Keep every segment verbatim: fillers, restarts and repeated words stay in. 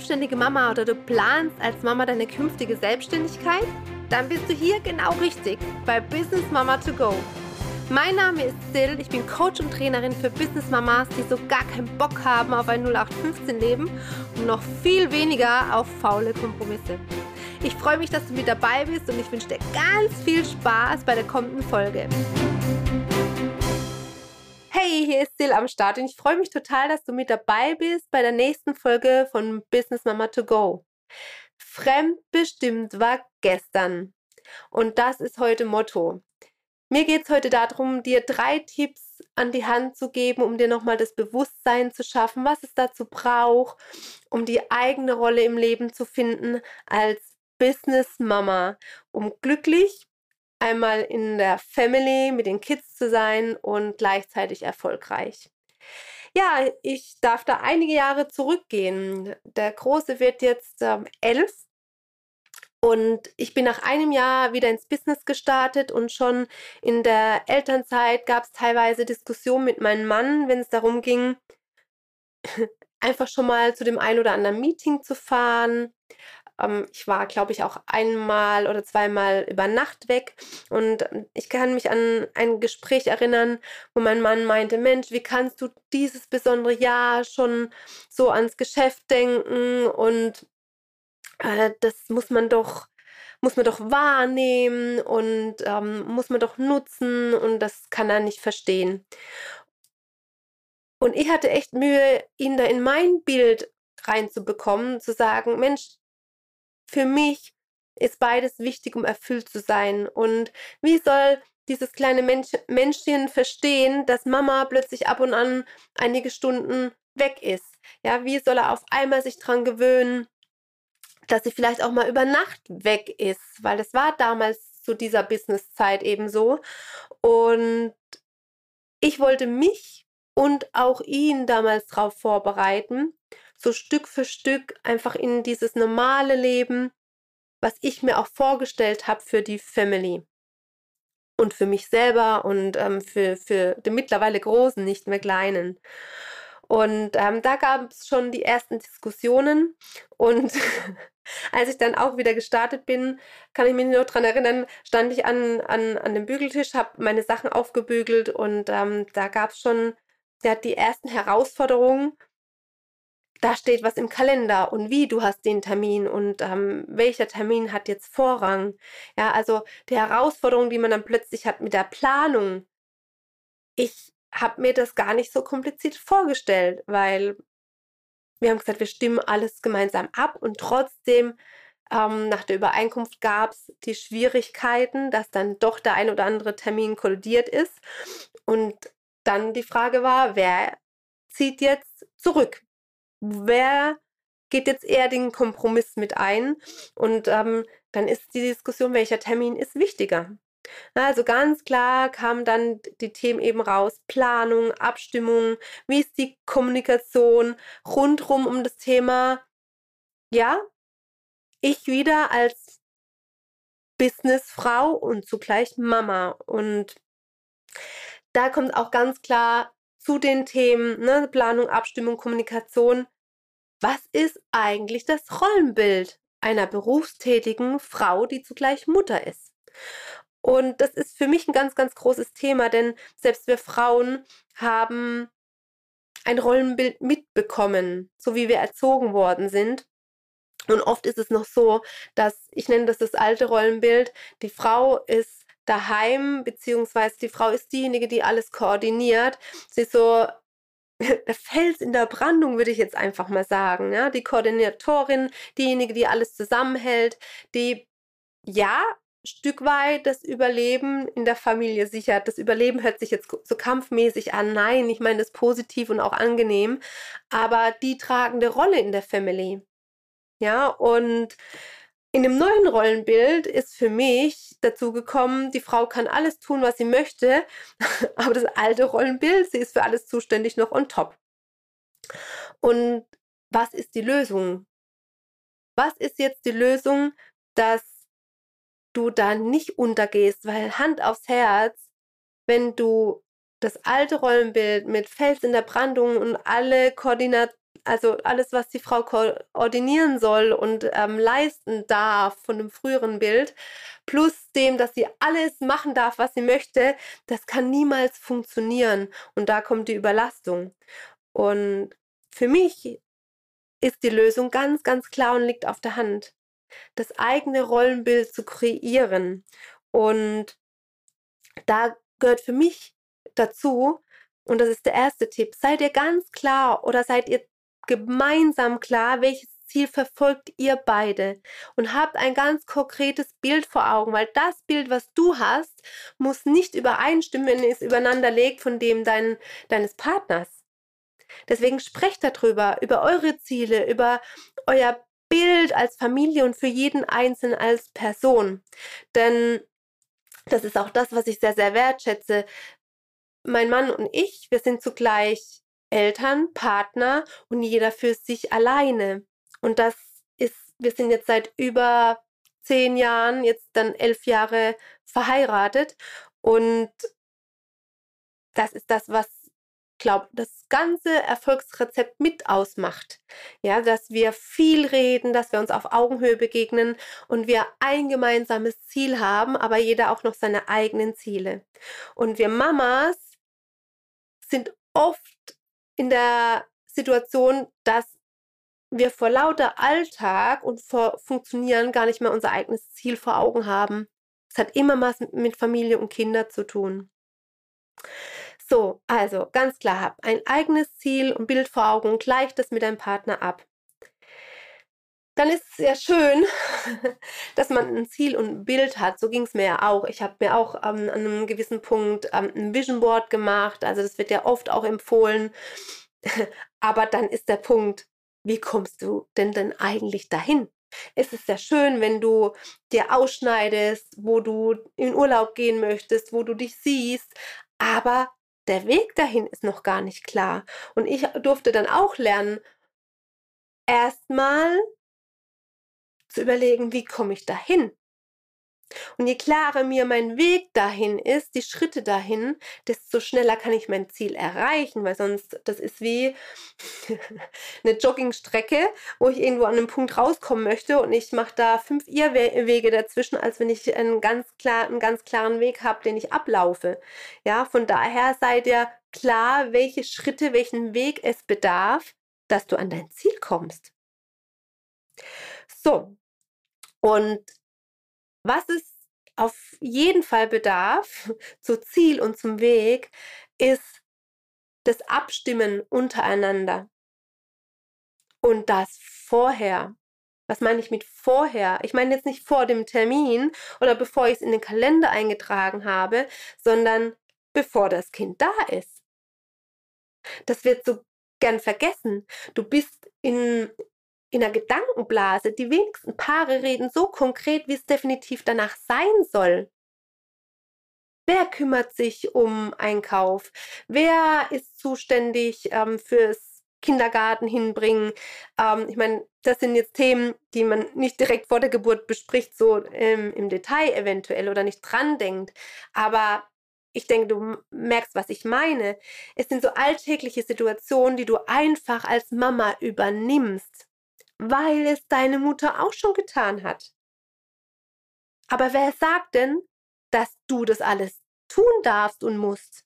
selbstständige Mama oder du planst als Mama deine künftige Selbstständigkeit? Dann bist du hier genau richtig bei Business Mama to Go. Mein Name ist Sil, ich bin Coach und Trainerin für Business Mamas, die so gar keinen Bock haben auf ein null acht fünfzehn Leben und noch viel weniger auf faule Kompromisse. Ich freue mich, dass du mit dabei bist und ich wünsche dir ganz viel Spaß bei der kommenden Folge. Hey, hier ist Sil am Start und ich freue mich total, dass du mit dabei bist bei der nächsten Folge von Business Mama to Go. Fremdbestimmt war gestern und das ist heute Motto. Mir geht es heute darum, dir drei Tipps an die Hand zu geben, um dir nochmal das Bewusstsein zu schaffen, was es dazu braucht, um die eigene Rolle im Leben zu finden als Business Mama, um glücklich einmal in der Family mit den Kids zu sein und gleichzeitig erfolgreich. Ja, ich darf da einige Jahre zurückgehen. Der Große wird jetzt ähm, elf und ich bin nach einem Jahr wieder ins Business gestartet und schon in der Elternzeit gab es teilweise Diskussionen mit meinem Mann, wenn es darum ging, einfach schon mal zu dem ein oder anderen Meeting zu fahren. Ich war, glaube ich, auch einmal oder zweimal über Nacht weg und ich kann mich an ein Gespräch erinnern, wo mein Mann meinte, Mensch, wie kannst du dieses besondere Jahr schon so ans Geschäft denken und äh, das muss man doch, muss man doch wahrnehmen und ähm, muss man doch nutzen und das kann er nicht verstehen. Und ich hatte echt Mühe, ihn da in mein Bild reinzubekommen, zu sagen, Mensch, für mich ist beides wichtig, um erfüllt zu sein. Und wie soll dieses kleine Mensch, Menschchen verstehen, dass Mama plötzlich ab und an einige Stunden weg ist? Ja, wie soll er auf einmal sich dran gewöhnen, dass sie vielleicht auch mal über Nacht weg ist? Weil das war damals zu dieser Businesszeit eben so. Und ich wollte mich und auch ihn damals darauf vorbereiten, so Stück für Stück einfach in dieses normale Leben, was ich mir auch vorgestellt habe für die Family und für mich selber und ähm, für, für den mittlerweile Großen, nicht mehr Kleinen. Und ähm, da gab es schon die ersten Diskussionen und als ich dann auch wieder gestartet bin, kann ich mich noch daran erinnern, stand ich an, an, an dem Bügeltisch, habe meine Sachen aufgebügelt und ähm, da gab es schon ja, die ersten Herausforderungen. Da steht was im Kalender und wie, du hast den Termin und ähm, welcher Termin hat jetzt Vorrang. Ja, also die Herausforderung, die man dann plötzlich hat mit der Planung. Ich habe mir das gar nicht so kompliziert vorgestellt, weil wir haben gesagt, wir stimmen alles gemeinsam ab und trotzdem ähm, nach der Übereinkunft gab es die Schwierigkeiten, dass dann doch der ein oder andere Termin kollidiert ist und dann die Frage war, wer zieht jetzt zurück? Wer geht jetzt eher den Kompromiss mit ein? Und ähm, dann ist die Diskussion, welcher Termin ist wichtiger. Also ganz klar kamen dann die Themen eben raus, Planung, Abstimmung, wie ist die Kommunikation rundrum um das Thema, ja, ich wieder als Businessfrau und zugleich Mama. Und da kommt auch ganz klar zu den Themen, ne, Planung, Abstimmung, Kommunikation. Was ist eigentlich das Rollenbild einer berufstätigen Frau, die zugleich Mutter ist? Und das ist für mich ein ganz, ganz großes Thema, denn selbst wir Frauen haben ein Rollenbild mitbekommen, so wie wir erzogen worden sind. Und oft ist es noch so, dass, ich nenne das das alte Rollenbild, die Frau ist daheim, beziehungsweise die Frau ist diejenige, die alles koordiniert. Sie ist so der Fels in der Brandung, würde ich jetzt einfach mal sagen. Ja? Die Koordinatorin, diejenige, die alles zusammenhält, die, ja, Stück weit das Überleben in der Familie sichert. Das Überleben hört sich jetzt so kampfmäßig an. Nein, ich meine das positiv und auch angenehm. Aber die tragende Rolle in der Family. Ja, und in dem neuen Rollenbild ist für mich dazu gekommen, die Frau kann alles tun, was sie möchte, aber das alte Rollenbild, sie ist für alles zuständig, noch on top. Und was ist die Lösung? Was ist jetzt die Lösung, dass du da nicht untergehst? Weil Hand aufs Herz, wenn du das alte Rollenbild mit Fels in der Brandung und alle Koordinat also alles, was die Frau koordinieren soll und ähm, leisten darf von dem früheren Bild, plus dem, dass sie alles machen darf, was sie möchte, das kann niemals funktionieren. Und da kommt die Überlastung. Und für mich ist die Lösung ganz, ganz klar und liegt auf der Hand. Das eigene Rollenbild zu kreieren. Und da gehört für mich dazu, und das ist der erste Tipp, seid ihr ganz klar oder seid ihr gemeinsam klar, welches Ziel verfolgt ihr beide und habt ein ganz konkretes Bild vor Augen, weil das Bild, was du hast, muss nicht übereinstimmen, wenn ihr es übereinander legt von dem dein, deines Partners. Deswegen sprecht darüber, über eure Ziele, über euer Bild als Familie und für jeden Einzelnen als Person. Denn das ist auch das, was ich sehr, sehr wertschätze. Mein Mann und ich, wir sind zugleich Eltern, Partner und jeder für sich alleine. Und das ist, wir sind jetzt seit über zehn Jahren, jetzt dann elf Jahre verheiratet. Und das ist das, was, glaube das ganze Erfolgsrezept mit ausmacht. Ja, dass wir viel reden, dass wir uns auf Augenhöhe begegnen und wir ein gemeinsames Ziel haben, aber jeder auch noch seine eigenen Ziele. Und wir Mamas sind oft in der Situation, dass wir vor lauter Alltag und vor Funktionieren gar nicht mehr unser eigenes Ziel vor Augen haben. Es hat immer was mit Familie und Kinder zu tun. So, also ganz klar, hab ein eigenes Ziel und Bild vor Augen und gleich das mit deinem Partner ab. Dann ist es sehr schön, dass man ein Ziel und ein Bild hat. So ging es mir ja auch. Ich habe mir auch ähm, an einem gewissen Punkt ähm, ein Vision Board gemacht. Also das wird ja oft auch empfohlen. Aber dann ist der Punkt, wie kommst du denn denn eigentlich dahin? Es ist sehr schön, wenn du dir ausschneidest, wo du in Urlaub gehen möchtest, wo du dich siehst. Aber der Weg dahin ist noch gar nicht klar. Und ich durfte dann auch lernen, erstmal zu überlegen, wie komme ich dahin? Und je klarer mir mein Weg dahin ist, die Schritte dahin, desto schneller kann ich mein Ziel erreichen, weil sonst, das ist wie eine Joggingstrecke, wo ich irgendwo an einem Punkt rauskommen möchte und ich mache da fünf Irrwege dazwischen, als wenn ich einen ganz, klar, einen ganz klaren Weg habe, den ich ablaufe. Ja, von daher sei dir klar, welche Schritte, welchen Weg es bedarf, dass du an dein Ziel kommst. So, und was es auf jeden Fall bedarf, zu Ziel und zum Weg, ist das Abstimmen untereinander. Und das vorher. Was meine ich mit vorher? Ich meine jetzt nicht vor dem Termin oder bevor ich es in den Kalender eingetragen habe, sondern bevor das Kind da ist. Das wird so gern vergessen. Du bist in in einer Gedankenblase. Die wenigsten Paare reden so konkret, wie es definitiv danach sein soll. Wer kümmert sich um Einkauf? Wer ist zuständig ähm, fürs Kindergarten hinbringen? Ähm, ich meine, das sind jetzt Themen, die man nicht direkt vor der Geburt bespricht, so ähm, im Detail eventuell oder nicht dran denkt. Aber ich denke, du merkst, was ich meine. Es sind so alltägliche Situationen, die du einfach als Mama übernimmst, weil es deine Mutter auch schon getan hat. Aber wer sagt denn, dass du das alles tun darfst und musst?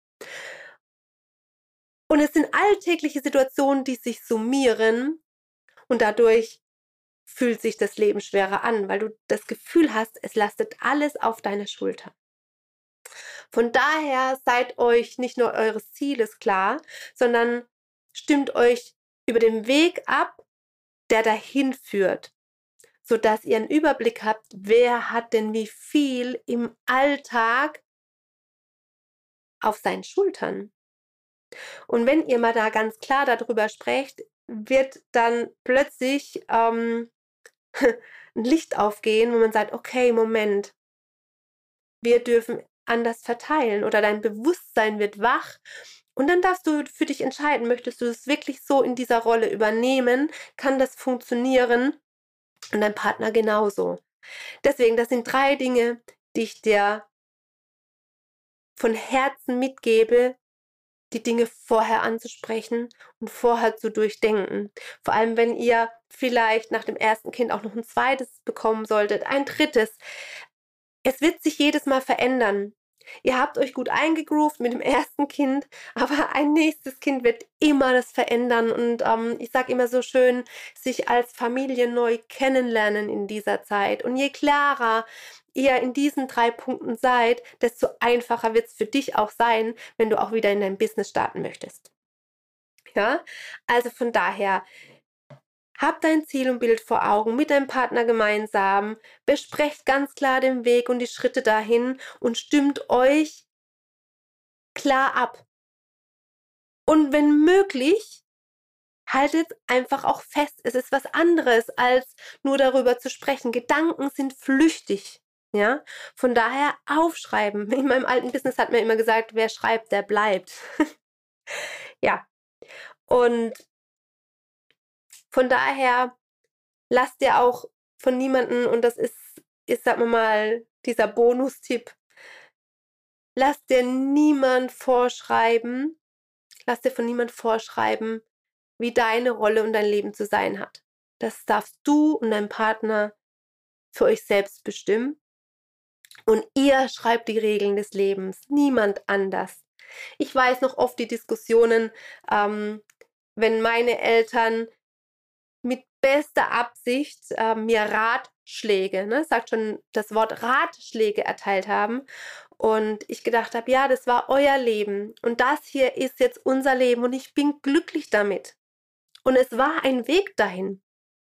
Und es sind alltägliche Situationen, die sich summieren und dadurch fühlt sich das Leben schwerer an, weil du das Gefühl hast, es lastet alles auf deine Schulter. Von daher seid euch nicht nur eures Zieles klar, sondern stimmt euch über den Weg ab, der dahin führt, sodass ihr einen Überblick habt, wer hat denn wie viel im Alltag auf seinen Schultern. Und wenn ihr mal da ganz klar darüber sprecht, wird dann plötzlich ähm, ein Licht aufgehen, wo man sagt, okay, Moment, wir dürfen anders verteilen oder dein Bewusstsein wird wach. Und dann darfst du für dich entscheiden, möchtest du es wirklich so in dieser Rolle übernehmen? Kann das funktionieren? Und dein Partner genauso. Deswegen, das sind drei Dinge, die ich dir von Herzen mitgebe, die Dinge vorher anzusprechen und vorher zu durchdenken. Vor allem, wenn ihr vielleicht nach dem ersten Kind auch noch ein zweites bekommen solltet, ein drittes. Es wird sich jedes Mal verändern. Ihr habt euch gut eingegroovt mit dem ersten Kind, aber ein nächstes Kind wird immer das verändern. Und ähm, ich sage immer so schön, sich als Familie neu kennenlernen in dieser Zeit. Und je klarer ihr in diesen drei Punkten seid, desto einfacher wird es für dich auch sein, wenn du auch wieder in dein Business starten möchtest. Ja, also von daher, hab dein Ziel und Bild vor Augen mit deinem Partner gemeinsam, besprecht ganz klar den Weg und die Schritte dahin und stimmt euch klar ab. Und wenn möglich, haltet einfach auch fest. Es ist was anderes, als nur darüber zu sprechen. Gedanken sind flüchtig. Ja? Von daher aufschreiben. In meinem alten Business hat man immer gesagt, wer schreibt, der bleibt. Ja. Und von daher lasst dir auch von niemandem, und das ist, ist, sagen wir mal, dieser Bonustipp, lasst dir niemand vorschreiben, lass dir von niemand vorschreiben, wie deine Rolle und dein Leben zu sein hat. Das darfst du und dein Partner für euch selbst bestimmen. Und ihr schreibt die Regeln des Lebens, niemand anders. Ich weiß noch oft die Diskussionen, ähm, wenn meine Eltern mit bester Absicht äh, mir Ratschläge, ne, sagt schon das Wort Ratschläge erteilt haben und ich gedacht habe, ja, das war euer Leben und das hier ist jetzt unser Leben und ich bin glücklich damit. Und es war ein Weg dahin.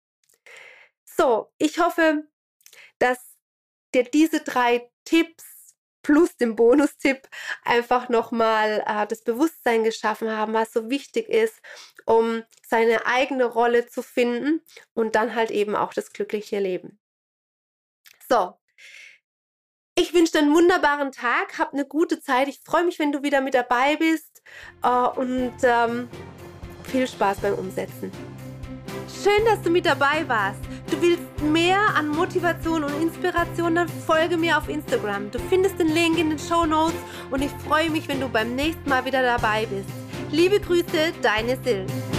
So, ich hoffe, dass dir diese drei Tipps plus den Bonustipp einfach nochmal äh, das Bewusstsein geschaffen haben, was so wichtig ist, um seine eigene Rolle zu finden und dann halt eben auch das glückliche Leben. So, ich wünsche dir einen wunderbaren Tag, hab eine gute Zeit. Ich freue mich, wenn du wieder mit dabei bist äh, und ähm, viel Spaß beim Umsetzen. Schön, dass du mit dabei warst. Du willst mehr an Motivation und Inspiration, dann folge mir auf Instagram. Du findest den Link in den Shownotes und ich freue mich, wenn du beim nächsten Mal wieder dabei bist. Liebe Grüße, deine Sil.